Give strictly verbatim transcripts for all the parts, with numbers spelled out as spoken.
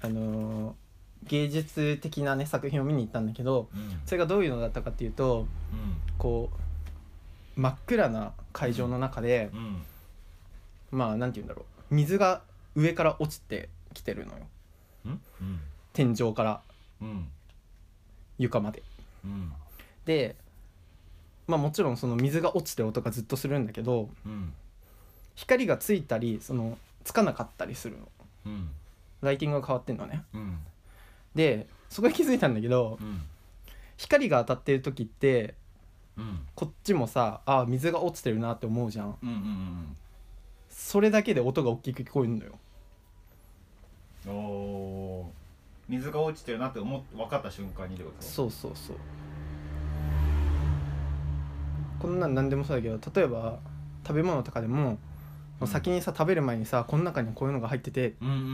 あのー芸術的なね作品を見に行ったんだけど、 うん、 それがどういうのだったかっていうと、 うん、 こう真っ暗な会場の中で、 うん、 まあなんて言うんだろう、水が上から落ちてきてるのよ、 うん、 天井からうん、 床まで。 うん、 でまあもちろんその水が落ちてる音がずっとするんだけど、 うん、 光がついたりそのつかなかったりするの。 うん、 ライティングが変わってんのね。 うん、 でそこで気づいたんだけど、 うん、 光が当たってる時ってうん、 こっちもさ、あ水が落ちてるなって思うじゃん。 うん、うん、 それだけで音が大きく聞こえるのよ。 うん、おー、水が落ちてるなって思っ分かった瞬間にってこと？ そうそうそう。こんなん何でもそうだけど、例えば食べ物とかでも、うん、先にさ食べる前にさこの中にこういうのが入ってて、 うん、うん、うん、うん、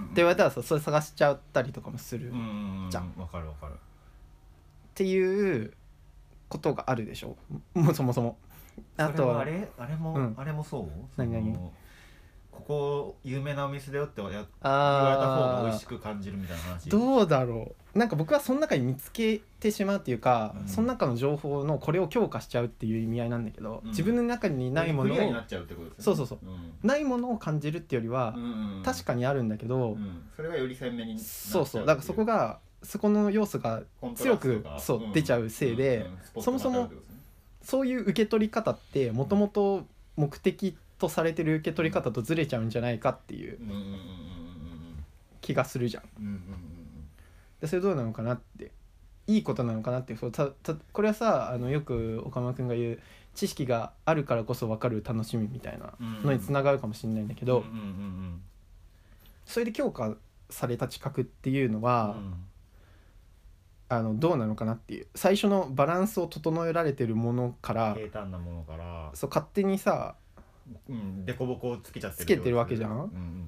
って言われたらさそれ探しちゃったりとかもする、 うん、うん、 じゃん。 分かる分かるっていうことがあるでしょ、もうそもそも。あとはあれあれも、うん、あれもそう？ 何何？ ここ有名なお店だよって言われた方が美味しく感じるみたいな話。 どうだろう、なんか僕はその中に見つけてしまうっていうか、うん、その中の情報のこれを強化しちゃうっていう意味合いなんだけど、うん、自分の中にないものをクリアになっちゃうってことですよね。そうそうそう、うん、ないものを感じるっていうよりは、うんうんうん、確かにあるんだけど、うん、 それがより鮮明になっちゃう。 そうそう、だからそこがそこの要素が強くそう、うん、出ちゃうせいで、うん、そもそもそういう受け取り方ってもともと目的とされてる受け取り方とずれちゃうんじゃないかっていう気がするじゃん。でそれどうなのかなって、いいことなのかなって、そうたたこれはさ、あのよく岡村くんが言う知識があるからこそ分かる楽しみみたいなのにつながるかもしれないんだけど、それで強化された知覚っていうのは、うん、あのどうなのかなっていう、最初のバランスを整えられてるものから平坦なものからそう勝手にさ、 うん、デコボコをつけちゃってるつけてるわけじゃん、 うんうん、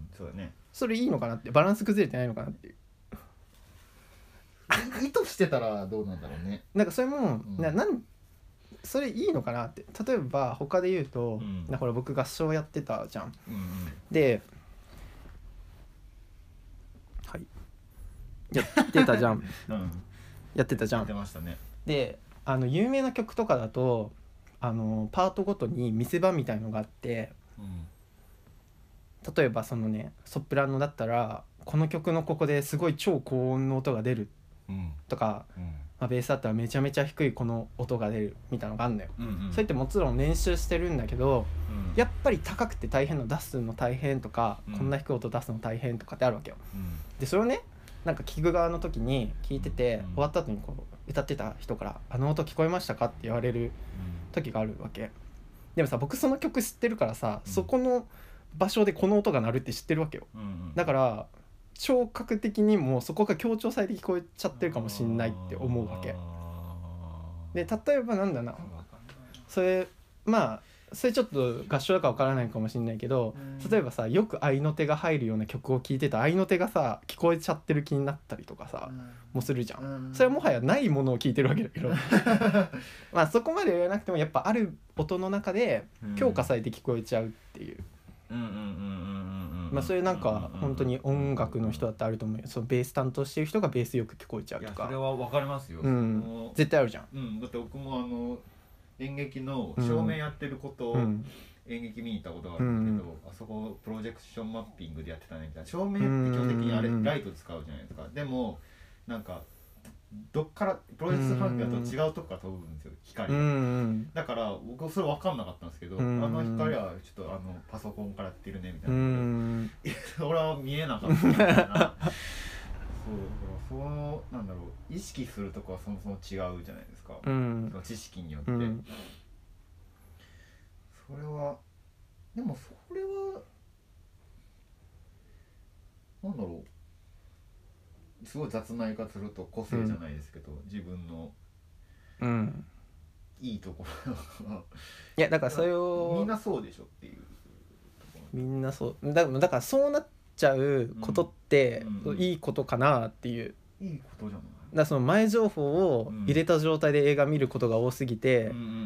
そうだね。 それいいのかなって、バランス崩れてないのかなっていう意図してたらどうなんだろうね。 なんかそれも、うん、ななんそれいいのかなって。例えば他で言うと、うん、なんかほら僕合唱やってたじゃん、うんうん、ではいやってたじゃん、うん、やってたじゃん。やってましたね。であの有名な曲とかだとあのパートごとに見せ場みたいのがあって、うん、例えばそのねソプラノだったらこの曲のここですごい超高音の音が出るとか、うんまあ、ベースだったらめちゃめちゃ低いこの音が出るみたいなのがあるんだよ、うんうん、それってもちろん練習してるんだけど、うん、やっぱり高くて大変の出すの大変とか、うん、こんな低い音出すの大変とかってあるわけよ、うん、でそれをねなんか聞く側の時に聞いてて、うん、終わった後にこう歌ってた人からあの音聞こえましたかって言われる時があるわけ。でもさ僕その曲知ってるからさ、うん、そこの場所でこの音が鳴るって知ってるわけよ、うんうん、だから聴覚的にもそこが強調されて聞こえちゃってるかもしんないって思うわけで、例えばなんだな、それまあそれちょっと合唱だから分からないかもしれないけど、例えばさよく合いの手が入るような曲を聴いてた合いの手がさ聞こえちゃってる気になったりとかさもするじゃん。それはもはやないものを聴いてるわけだけどまあそこまで言わなくてもやっぱある音の中で強化されて聞こえちゃうっていう、まあそれなんか本当に音楽の人だってあると思うよ。そのベース担当してる人がベースよく聞こえちゃうとか。 いやそれは分かりますよ、 うん、絶対あるじゃん、 うん、だって僕もあの演劇の照明やってることを、うん、演劇見に行ったことがあるんだけど、うん、あそこプロジェクションマッピングでやってたねみたいな。照明って基本的にあれ、うん、ライト使うじゃないですか。でもなんかどっからプロジェクションマッピングだと違うとこから飛ぶんですよ光が、うん、だから僕それ分かんなかったんですけど、うん、あの光はちょっとあのパソコンからやってるねみたいな、うん、俺は見えなかったみたいなそうだからそのなんだろう意識するとこはそもそも違うじゃないですか、うん、その知識によって、うん、それはでもそれはなんだろうすごい雑な言い方すると個性じゃないですけど、うん、自分の、うん、いいところいやだからそれをみんなそうでしょっていうみんなそうだ、だからそうなっちゃうことって、うん、いいことかなっていう。 いいことじゃない。 だからその前情報を入れた状態で映画見ることが多すぎて、うんうんうんうん、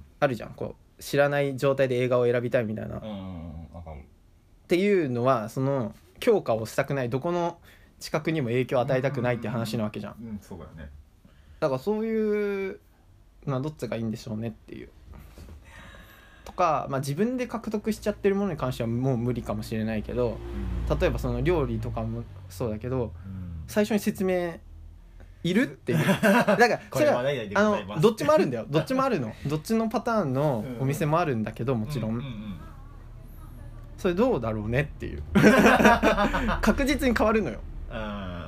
あるじゃんこう知らない状態で映画を選びたいみたいな、うんうんうん、っていうのはその強化をしたくない、どこの知覚にも影響を与えたくないって話なわけじゃん、 うん、うんうん、そうだね。 だからそういうのはどっちがいいんでしょうねっていうとか、まあ、自分で獲得しちゃってるものに関してはもう無理かもしれないけど、 うん、 例えばその料理とかもそうだけど、 うん、 最初に説明いるっていうだからそれはあのどっちもあるんだよどっちもあるのどっちのパターンのお店もあるんだけどもちろん、うんうんうん、それどうだろうねっていう確実に変わるのよ、うん、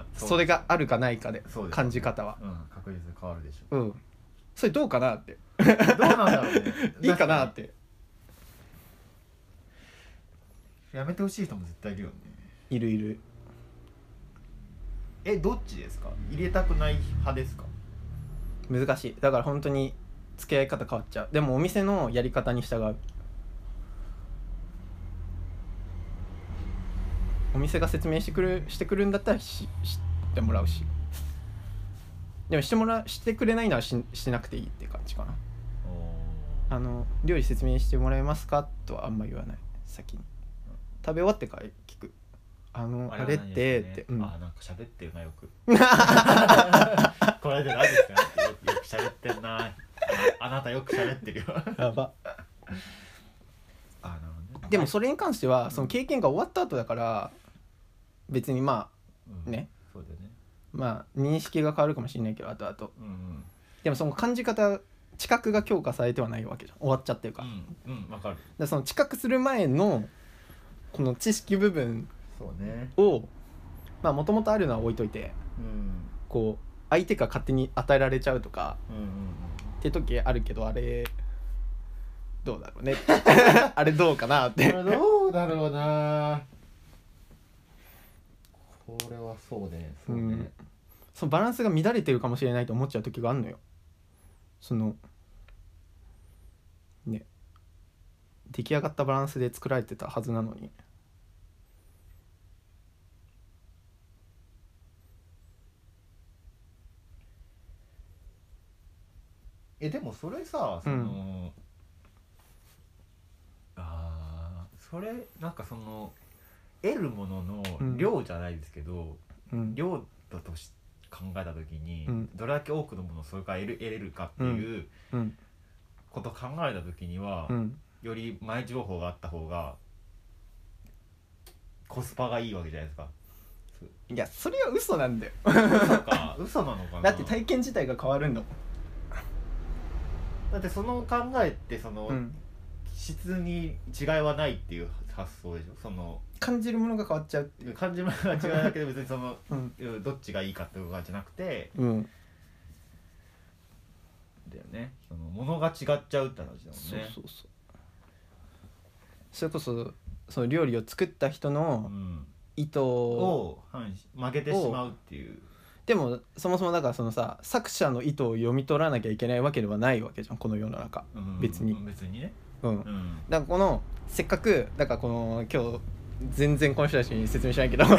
そ, それがあるかないかで感じ方は、 うん、確実に変わるでしょ、 うん、それどうかなってどうなんだろうねいいかなってやめてほしい人も絶対いるよね。 いるいる。 え、どっちですか？入れたくない派ですか？ 難しい。だから本当に付き合い方変わっちゃう。でもお店のやり方に従う。お店が説明してくるしてくるんだったらししてもらうし、でもしてもらしてくれないなら し, しなくていいって感じかな。あの料理説明してもらえますかとはあんま言わない。先に食べ終わってから聞く。あの あ, れ, あれってって、 うん、あ、なんか喋ってるなよくこれで何ですかよ, よく喋ってんな あ, あなたよく喋ってるよやばあ、なるほどね。 でもそれに関してはその経験が終わった後だから別にまあ、うん、ね、 そうだよね、 まあ認識が変わるかもしれないけど後々、うんうん、でもその感じ方知覚が強化されてはないわけじゃん、終わっちゃってるから、 うんうん、わかる。 だその知覚する前のこの知識部分そうねをまあもともとあるのは置いといて、うん、こう相手が勝手に与えられちゃうとか、うんうんうん、って時あるけど、あれどうだろうねあれどうかなってどうだろうな、これはそうねそうね、うん、 そのバランスが乱れてるかもしれないと思っちゃう時があるのよ。そのね、出来上がったバランスで作られてたはずなのに。 え、でもそれさ、その、うん、あそれなんかその得るものの量じゃないですけど、うん、量だとし考えた時に、うん、どれだけ多くのものをそれから得る、得れるかっていうことを考えた時には、うん、より前情報があった方がコスパがいいわけじゃないですか。 いや、それは嘘なんだよ嘘か嘘なのかな。 だって体験自体が変わるんだもん。 だってその考えってその、うん、質に違いはないっていう発想でしょ。その感じるものが変わっちゃうっていう。 感じるものが違うだけで別にその、うん、どっちがいいかっていうことじゃなくて、うん、だよね。その物が違っちゃうって話だもんね。 そうそうそう。それこそその料理を作った人の意図を、 うん、曲げてしまうっていう。 でもそもそもだからそのさ、作者の意図を読み取らなきゃいけないわけではないわけじゃん、この世の中、うん、別に別にね、 うん、うん、だからこのせっかくだからこの今日全然この人たちに説明しないけどだ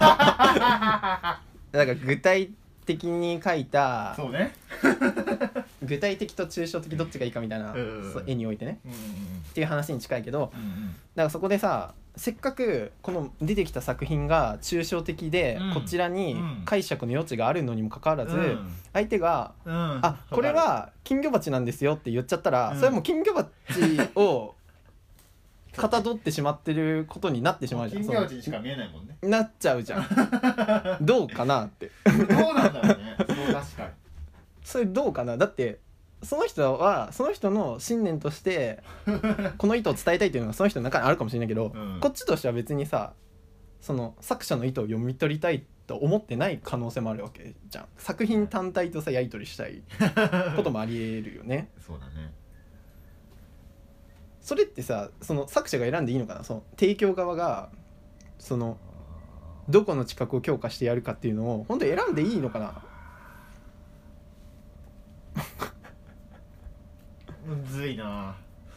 から具体的に描いた、 そうね具体的と抽象的どっちがいいかみたいな、うんうんうん、絵においてね、うんうんうん、っていう話に近いけど、うんうん、だからそこでさ、せっかくこの出てきた作品が抽象的で、うん、こちらに解釈の余地があるのにもかかわらず、うん、相手が、うん、あ、これは金魚鉢なんですよって言っちゃったら、うん、それはもう金魚鉢をかたどってしまってることになってしまうじゃん。 金魚鉢にしか見えないもんね。 なっちゃうじゃんどうかなってどうなんだろうね。そう確かにそれどうかな。だってその人はその人の信念としてこの意図を伝えたいっていうのがその人の中にあるかもしれないけど、うん、こっちとしては別にさ、その作者の意図を読み取りたいと思ってない可能性もあるわけじゃん。作品単体とさやり取りしたいこともありえるよねそうだね。 それってさ、その作者が選んでいいのかな。その提供側がそのどこの知覚を強化してやるかっていうのを本当に選んでいいのかなむずいな。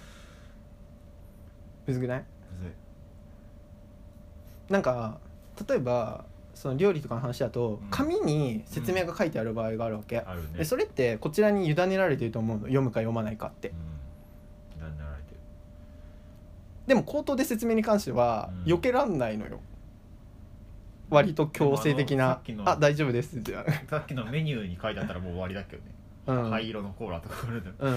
むずくない？むずい。 なんか例えばその料理とかの話だと、うん、紙に説明が書いてある場合があるわけ、うん、あるね。でそれってこちらに委ねられてると思うの、読むか読まないかって、うん、 委ねられてる。 でも口頭で説明に関しては、うん、避けらんないのよ。 割と強制的な、 ああ大丈夫ですじゃあさっきのメニューに書いてあったらもう終わりだけどね、うん、灰色のコーラとかこれでうん、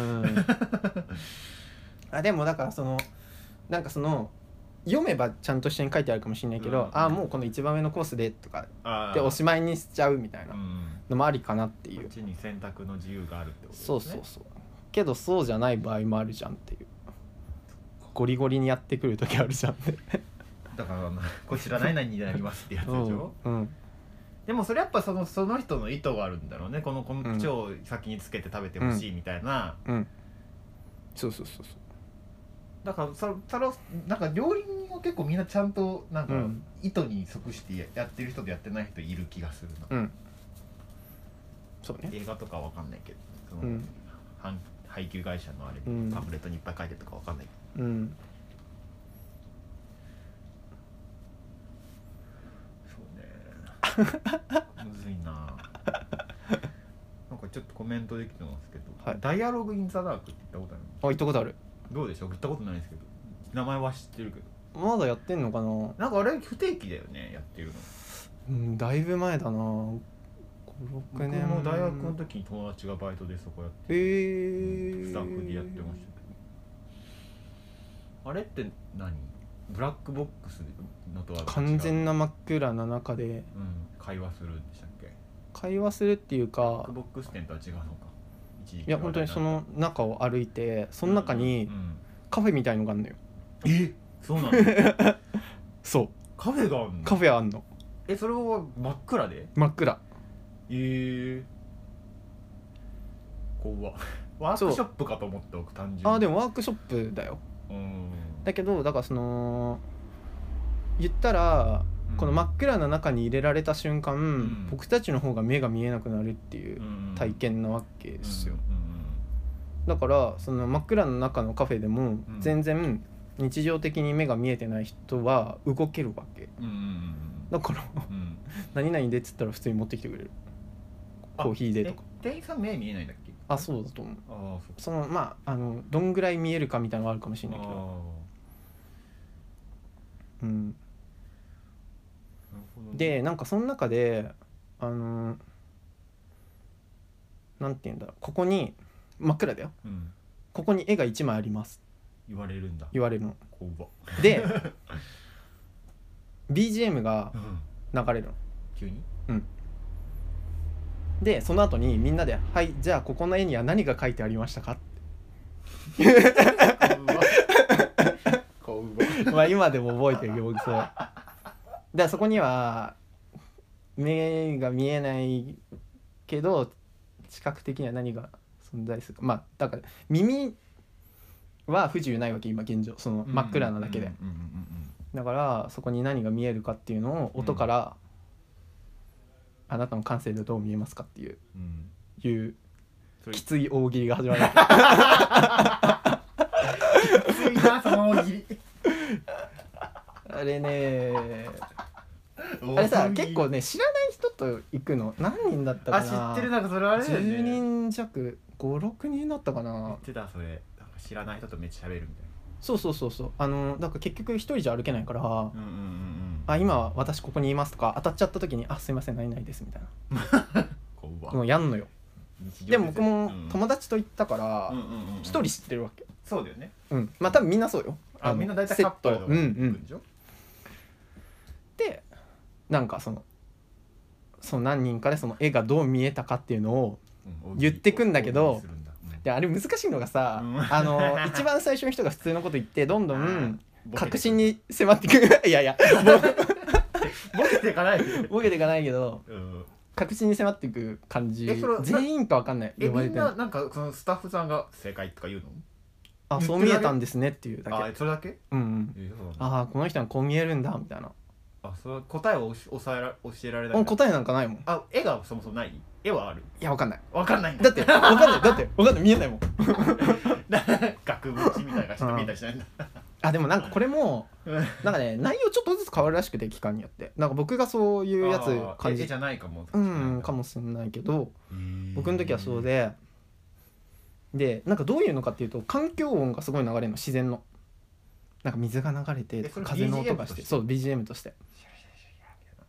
あでもだからそのなんかその読めばちゃんと下に書いてあるかもしれないけど、うん、あもうこの一番上のコースでとかでおしまいにしちゃうみたいなのもありかなっていう、こっちに選択の自由があるってことですね。 そうそうそう、けどそうじゃない場合もあるじゃんっていう、ゴリゴリにやってくる時あるじゃんってだからこちら何々になりますってやつでしょ、うんうん、でもそれやっぱそのその人の意図があるんだろうね、このこの口を先につけて食べてほしいみたいな、 うんうん、そうそうそうそう、 だからそそれなんか料理人は結構みんなちゃんとなんか意図に即してやってる人とやってない人いる気がするな、うん、 そうね、 映画とかわかんないけどその、うん、配給会社のあれ、うん、パンフレットにいっぱい書いてるとかわかんないけど、うん、そうねむずいななんかちょっとコメントできてますけど、はい、ダイアログインザダークって言ったことある？ あ、行ったことある。どうでしょう？行ったことないですけど名前は知ってるけど。 まだやってんのかな。 なんかあれ不定期だよね、やってるの。 うん、だいぶ前だな、ご、ろくねん。 僕も大学の時に友達がバイトでそこやって、 へー、 うん、スタッフでやってましたけど、あれって何？ブラックボックスのとは違う？ 完全な真っ暗な中で、うん、 会話するんでしたっけ？ 会話するっていうか、ブラックボックス店とは違うのか。 いや本当にその中を歩いて、その中にカフェみたいのがあるのよ。 え、そうなの？ そう、 カフェがあんの？ カフェあんの。 え、それは真っ暗で？ 真っ暗。 えー、怖っ。ワークショップかと思っておく、単純に。 あ、でもワークショップだよ。うん、だけどだからその言ったら、うん、この真っ暗な中に入れられた瞬間、うん、僕たちの方が目が見えなくなるっていう体験なわけですよ、うんうん、だからその真っ暗の中のカフェでも全然日常的に目が見えてない人は動けるわけ、うんうんうん、だから、うん、何々でっつったら普通に持ってきてくれる、コーヒーでとか。 店員さん目見えないんだっけ？ あ、そうだと思う。あ、そのまああのどんぐらい見えるかみたいなのがあるかもしれないけど、うん、でなんかその中であのなんて言うんだろう、ここに真っ暗だよ、うん、ここに絵がいちまいあります言われるんだ。 言われるのでビージーエム が流れるの、うん、 急に、 うん、でその後にみんなで「はい、じゃあここの絵には何が書いてありましたか?」ってまあ今でも覚えてるよ僕それ。でそこには目が見えないけど視覚的には何が存在するか、まあだから耳は不自由ないわけ今現状、その真っ暗なだけで。だからそこに何が見えるかっていうのを音から、うん、あなたの感性でどう見えますかっていう、うん、いうきつい大喜利が始まるきついなその大喜利あれねあれさ結構ね知らない人と行くの何人だったかな。 あ、知ってる、なんかそれあれだよね、 じゅうにん弱、ご、ろくにんだったかな。 言ってたそれ、知らない人とめっちゃ喋るみたいな。 そうそうそうそう、あのだから結局一人じゃ歩けないから、うんうんうんうん、あ今私ここにいますとか当たっちゃった時にあすいません何々ですみたいなもうやんのよ。でも僕も友達と行ったから一人知ってるわけ。 そうだよね、 うん、まあ多分みんなそうよ。 あみんな大体カップルとか、うんうん、 でなんかそのその何人かでその絵がどう見えたかっていうのを言ってくんだけど、であれ難しいのがさ、うん、あの一番最初の人が普通のこと言ってどんどん確信に迫ってくるいやいやボケていかないボケていかないけど、うん、確信に迫っていく感じ。全員か分かんない。 えみんななんかそのスタッフさんが正解とか言うの？ あそう見えたんですねっていうだけ。 あそれだけ？ うん、うん、えあこの人はこう見えるんだみたいな。 あそれ答えを教えら教えられない。 答えなんかないもん。 あ絵がそもそもない？絵はある？ いやわかんない。 わかんないんだ。だってわかんないだってわかんない見えないもん。 額縁みたいなのがちょっと見えたりしないんだ。 あでもなんかこれもなんかね内容ちょっとずつ変わるらしくて期間によってなんか僕がそういうやつ感じ絵じゃないかもうんかもしれないけど僕の時はそうででなんかどういうのかっていうと環境音がすごい流れるの自然のなんか水が流れて風の音がしてそう ビージーエム として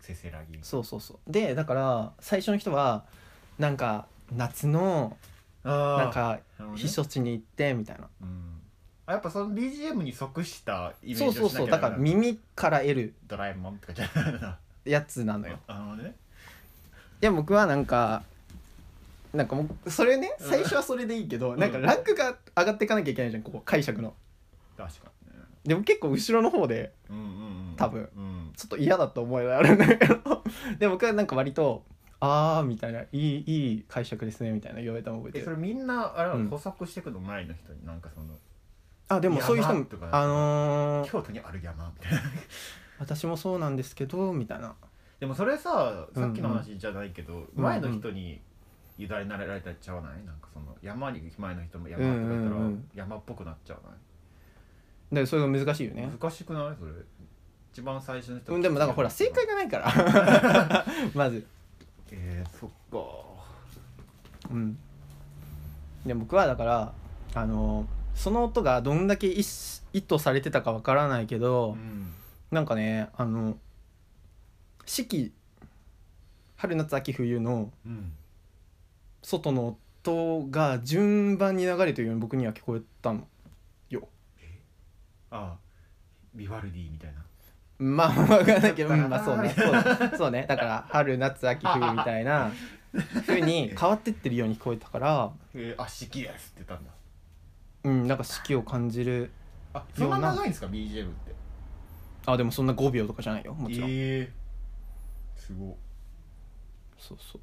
せせらぎ。 そうそうそうでだから最初の人はなんか夏のなんか避暑地に行ってみたいな、 うん、あやっぱその ビージーエム に即したイメージをしなきゃそうそうそうだから耳から得るドラえもんとかじゃないなやつなのよ。 あのねいや僕はなんかなんかもうそれね最初はそれでいいけど、うん、なんかランクが上がっていかなきゃいけないじゃんこう解釈の。 確かにね。 でも結構後ろの方で、 うんうんうん、 多分、 うん、 ちょっと嫌だと思いがあるんだけどで僕はなんか割とあーみたいないいいい解釈ですねみたいな言われたの覚えてる。 えそれみんなあれ、うん、補足してくの前の人になんかそのあでもそういう人もあのー、 京都にある山みたいな私もそうなんですけどみたいな。 でもそれささっきの話じゃないけど、うんうん、前の人に委ねられたっちゃわない、なんかその山に行く前の人も山とか言ったら山っぽくなっちゃわない、 だからそれが難しいよね。 難しくないそれ一番最初の人、 うん、でもなんかほら正解がないからまずえー、そっかうんで僕はだからあのその音がどんだけ意図されてたかわからないけど、うん、なんかねあの四季春夏秋冬の外の音が順番に流れてるように僕には聞こえたのよ。 えああビバルディみたいなまあ分かんないけど、うん、まあそうねそうそうねだから春夏秋冬みたいな風に変わってってるように聞こえたからえー、あ四季ですって言ったんだ。 うんなんか四季を感じるような。 あそんな長いんですか ビージーエム って。 あでもそんなごびょうとかじゃないよもちろん。 えー、すごい。 そうそう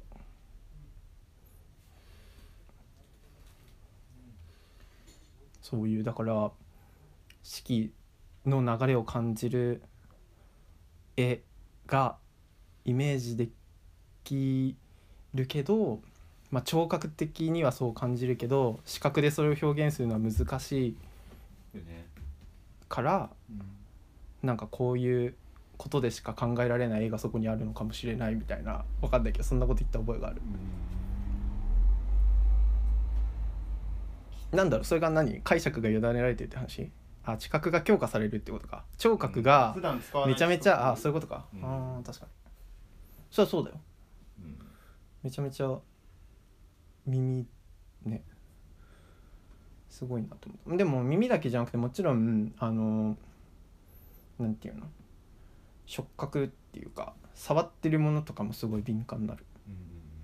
そういうだから四季の流れを感じる絵がイメージできるけど、まあ、聴覚的にはそう感じるけど視覚でそれを表現するのは難しいから、うん、なんかこういうことでしか考えられない絵がそこにあるのかもしれないみたいな分かんないけどそんなこと言った覚えがある。なんだろうそれが何解釈が委ねられてるって話。あ知覚が強化されるってことか。聴覚がめちゃめちゃ、うん、あそういうことか、うん、あ確かにそりゃそうだよ、うん、めちゃめちゃ耳ねすごいなと思う。でも耳だけじゃなくてもちろんあのなんていうの触覚っていうか触ってるものとかもすごい敏感になる、うん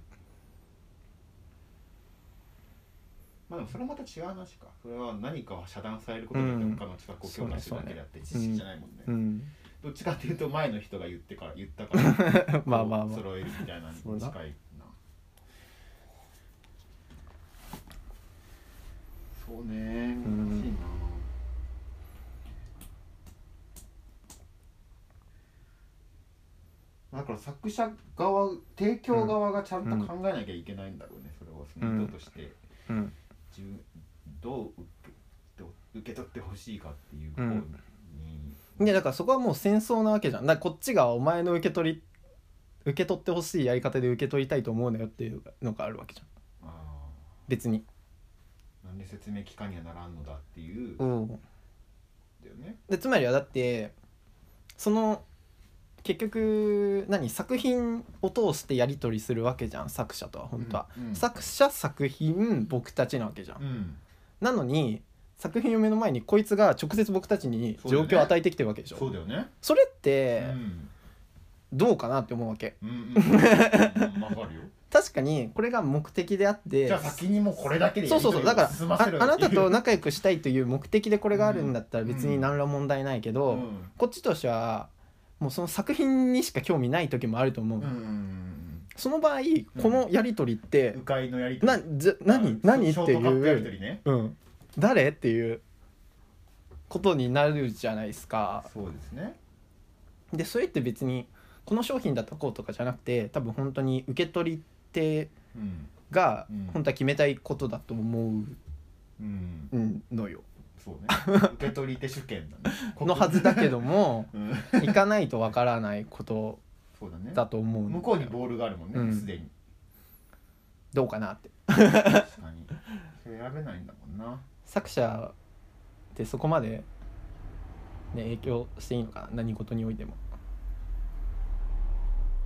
まあ、でもそれまた違う話か。それは何か遮断されることで他の知覚を強化するだけであって知識じゃないもんね、うんうん、どっちかっていうと前の人が言ってから言ったからまあまあまあ揃えるみたいなに近いな。そうね難しいな、うん、だから作者側提供側がちゃんと考えなきゃいけないんだろうね、それをその意図として、うんうんどう受け、受け取ってほしいかっていう方に、 うん、いやだからそこはもう戦争なわけじゃん。だからこっちがお前の受け取り受け取ってほしいやり方で受け取りたいと思うなよっていうのがあるわけじゃん。あ別になんで説明機関にはならんのだっていう、 うん、だよね。でつまりはだってその結局何作品を通してやり取りするわけじゃん作者とは本当は、うんうん、作者作品僕たちなわけじゃん、うん、なのに作品を目の前にこいつが直接僕たちに状況を与えてきてるわけでしょ。 そうだよね。 それって、うん、どうかなって思うわけ、うんうんうん、分かるよ確かにこれが目的であってじゃあ先にもこれだけでそうそうそうだから あ, あなたと仲良くしたいという目的でこれがあるんだったら別に何ら問題ないけど、うんうん、こっちとしてはもうその作品にしか興味ない時もあると思う、うんうん、その場合、うん、このやり取りって迂回のやり取りなじゃ何何っていう、 ねうん、誰っていうことになるじゃないですか。 そうですね。 でそれって別にこの商品だとこうとかじゃなくて多分本当に受け取り手が本当は決めたいことだと思うのよ、 そうね、受け取り手主権だねのはずだけども、うん、行かないとわからないことだと思う、 ね、向こうにボールがあるもんねすで、うん、にどうかなって確かに選べないんだもんな。 作者ってそこまで、ね、影響していいのかな何事においても。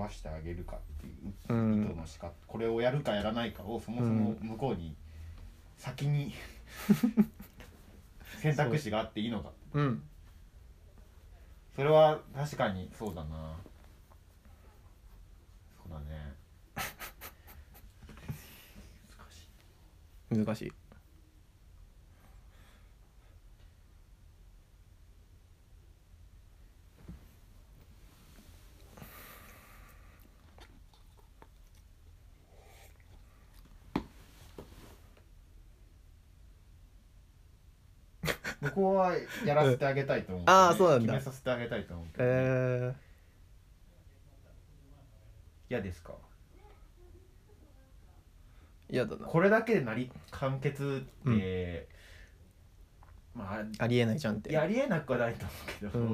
ばしてあげるかっていう意図のしか、うん、これをやるかやらないかをそもそも向こうに先に選択肢があっていいのか、 うん、 それは確かにそうだな。そうだね。 難しい難しい。 向こうはやらせてあげたいと思う、ね、 ああそうなんだ。 決めさせてあげたいと思うけど、ね、 えー、 嫌ですか？ 嫌だな。 これだけでなり完結って、 うん、まあありえないじゃんって。 いやありえなくはないと思うけど、うん、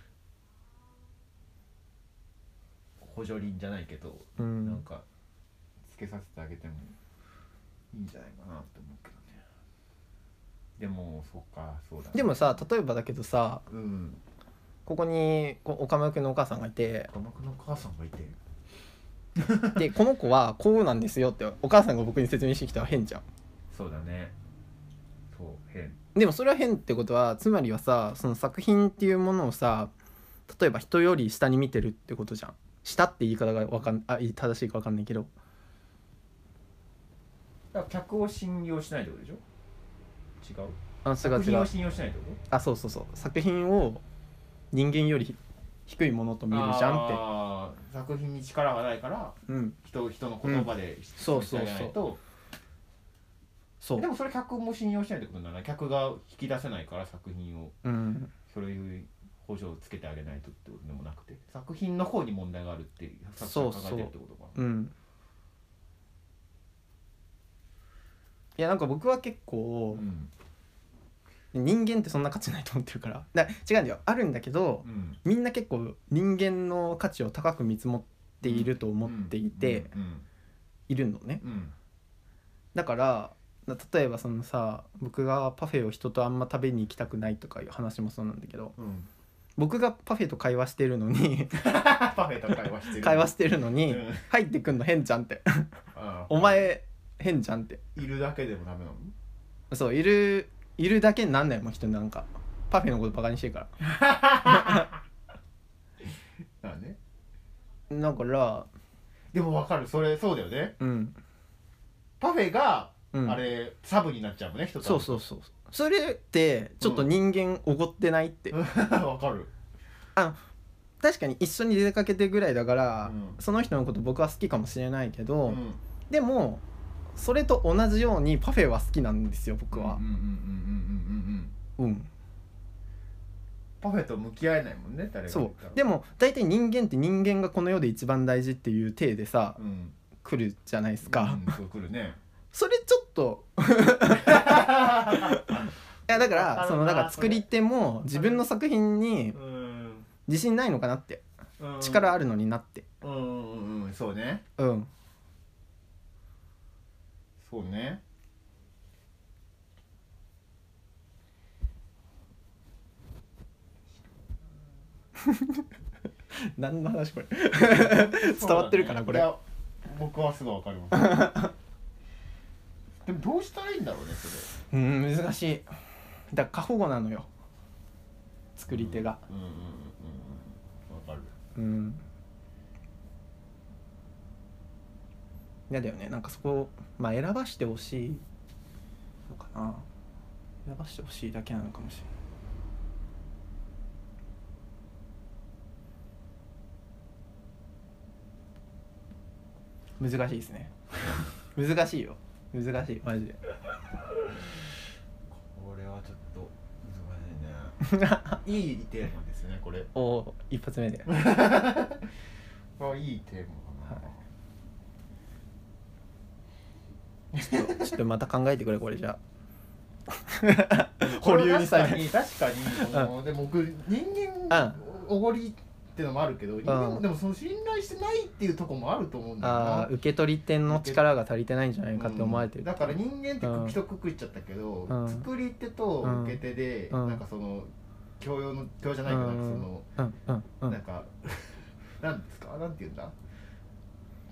補助輪じゃないけど、うん、なんかつけさせてあげてもいいんじゃないかなって思うけどね。でもそっかそうだ、ね、 でもさ例えばだけどさ、 うん、 ここに岡村君のお母さんがいて、 岡村君のお母さんがいてでこの子はこうなんですよってお母さんが僕に説明してきたら変じゃん。 そうだね。そう変。 でもそれは変ってことはつまりはさその作品っていうものをさ例えば人より下に見てるってことじゃん。下って言い方がわかんあ正しいかわかんないけど。 だから客を信用しないってことでしょ。違う。 あ作品を信用しないってこと？ あそうそうそう作品を人間より低いものと見るじゃんって。 あ作品に力がないから、うん、人, 人の言葉で質問してあげないと。そうでもそれ客も信用しないってことなら客が引き出せないから作品を、うん、そういう補助をつけてあげないとってことでもなくて作品の方に問題があるっていう作者が考えてるってことかな。 そうそう、うん、いやなんか僕は結構、うん、人間ってそんな価値ないと思ってるからだ違うんだよあるんだけど、うん、みんな結構人間の価値を高く見積もっていると思っていて、うんうんうん、いるのね、うん、だから例えばそのさ僕がパフェを人とあんま食べに行きたくないとかいう話もそうなんだけど、うん、僕がパフェと会話してるのにパフェと会話してる会話してるのに、うん、入ってくんの変じゃんってお前変じゃんっているだけでもダメなの？ そういるいるだけになんないもん人なんかパフェのことバカにしてるからなんで？ だからでも分かるそれそうだよね、うん、パフェがうん、あれサブになっちゃうもんね人と。 そうそうそうそれってちょっと人間おごってないって、 うん、わかる。 あ確かに一緒に出かけてぐらいだから、うん、その人のこと僕は好きかもしれないけど、うん、でもそれと同じようにパフェは好きなんですよ僕は。 パフェと向き合えないもんね誰が。 そうでも大体人間って人間がこの世で一番大事っていう体でさ、うん、来るじゃないですか、 うん、そう来るねそれちょっといやだからそのだから作り手も自分の作品に自信ないのかなって、うん、力あるのになって、 うんうんうんそうねうんそうね何の話これ伝わってるかな、ね、これ。いや僕はすぐ分かりますでもどうしたらいいんだろうねそれ。うん難しい。だから過保護なのよ作り手が。うんうんうんうん分かる。 うん嫌だよねなんかそこまあ選ばしてほしいのかな選ばしてほしいだけなのかもしれない。難しいですね難しいよ難しいマジでこれはちょっと難しいねいいテーマですねこれ。 おお一発目であいいテーマかな、はい、 ちょっとちょっとまた考えてくれこれじゃあ保留にさ確かに確かにこの、うん、でも僕人間おごりっていうのもあるけど、うん、でもその信頼してないっていうところもあると思うんだよな。 あ受け取り手の力が足りてないんじゃないかって思われてる、 うん、だから人間って一くくっちゃったけど、うん、作り手と受け手で、うん、なんかその教養の教養じゃないけど、うん、なんかその、うん、なんかなんですかなんていうんだ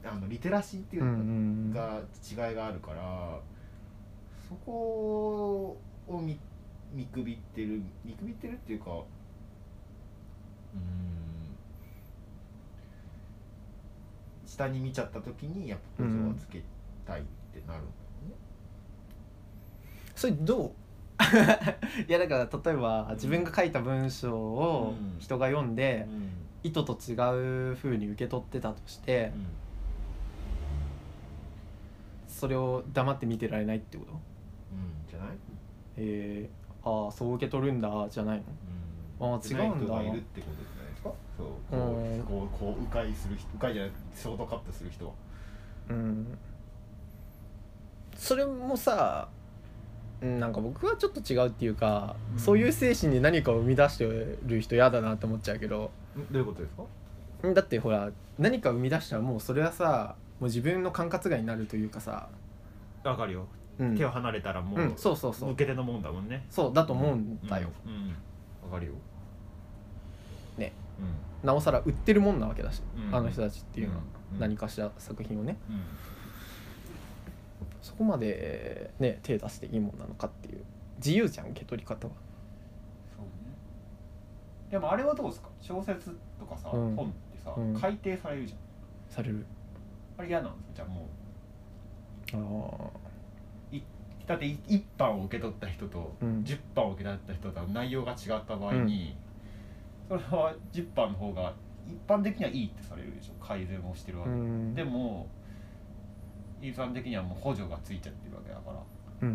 あのリテラシーっていうのが違いがあるから、そこを見見くびってる見くびってるっていうか、うーん下に見ちゃった時にやっぱ補助はつけたいってなるんだよね、 うん、それどういやだから例えば自分が書いた文章を人が読んで、うん、意図と違う風に受け取ってたとして、うん、それを黙って見てられないってこと？うんじゃない？ えー、ああそう受け取るんだじゃないの？うん、ああ違うんだ。 いるってことじゃないですか。そうこう、うん、こう、こう迂回する人、迂回じゃないショートカットする人は。 うん。それもさ、なんか僕はちょっと違うっていうか、うん、そういう精神で何かを生み出してる人嫌だなって思っちゃうけど。 どういうことですか？ だってほら何か生み出したらもうそれはさもう自分の管轄外になるというかさ。 わかるよ、うん、手を離れたらもう、うん、そうそうそう抜けてのもんだもんね。 そうだと思うんだよ。 うん、うんうん、わかるよね、うん、なおさら売ってるもんなわけだし、うん、あの人たちっていうのは、うん、何かしら作品をね、うん、そこまでね手出していいもんなのかっていう自由じゃん受け取り方は。 そうね。でもあれはどうですか？小説とかさ、うん、本ってさ、うん、改訂されるじゃん。される。あれ嫌なんですか？じゃあもうあいだっていち版を受け取った人とじゅっぱんを受け取った人と内容が違った場合に、うん、それはじゅっぱんの方が一般的にはいいってされるでしょ。改善をしてるわけ、うん、でも一般的にはもう補助がついちゃってるわけだから、うん、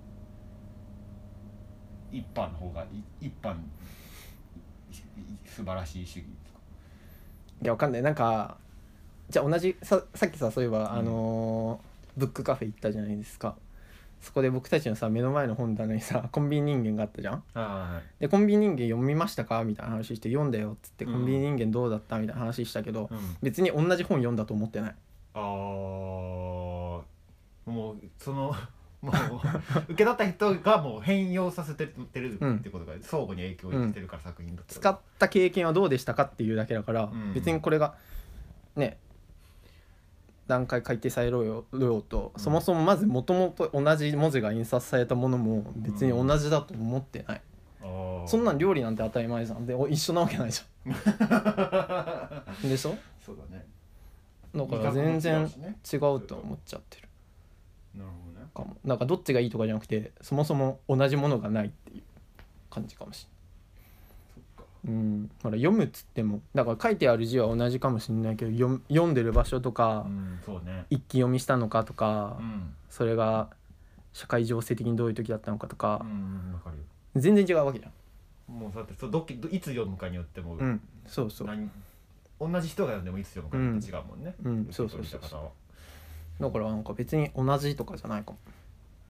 一般の方が一般素晴らしい主義ですか？ いやわかんない。なんかじゃあ同じ さ, さっきさそういえば、うん、あのーブックカフェ行ったじゃないですか。そこで僕たちのさ目の前の本棚にさコンビニ人間があったじゃん。あ、はい、でコンビニ人間読みましたかみたいな話して読んだよっつって、うん、コンビニ人間どうだったみたいな話したけど、うん、別に同じ本読んだと思ってない。 ああもうそのもう受け取った人がもう変容させてるってことが相互に影響してるから、うん、作品だった使った経験はどうでしたかっていうだけだから、うん、別にこれがね段階改訂されろよと、うん、そもそもまずもともと同じ文字が印刷されたものも別に同じだと思ってない、うん、そんなん料理なんて当たり前じゃん。で一緒なわけないじゃんでしょ。 そうだね。 だから全然違うと思っちゃってる。 なるほどね。 かもなんかどっちがいいとかじゃなくてそもそも同じものがないっていう感じかもしれない。うん、ほら読むっつってもだから書いてある字は同じかもしれないけど 読, 読んでる場所とか、うん、そうね、一気読みしたのかとか、うん、それが社会情勢的にどういう時だったのかとか、うん、分かるよ。全然違うわけじゃん。もうだってそどいつ読むかによっても、 うん、そうそう同じ人が読んでもいつ読むかによって違うもんね、 うんうん、そうそうそうそう。だからなんか別に同じとかじゃないかも。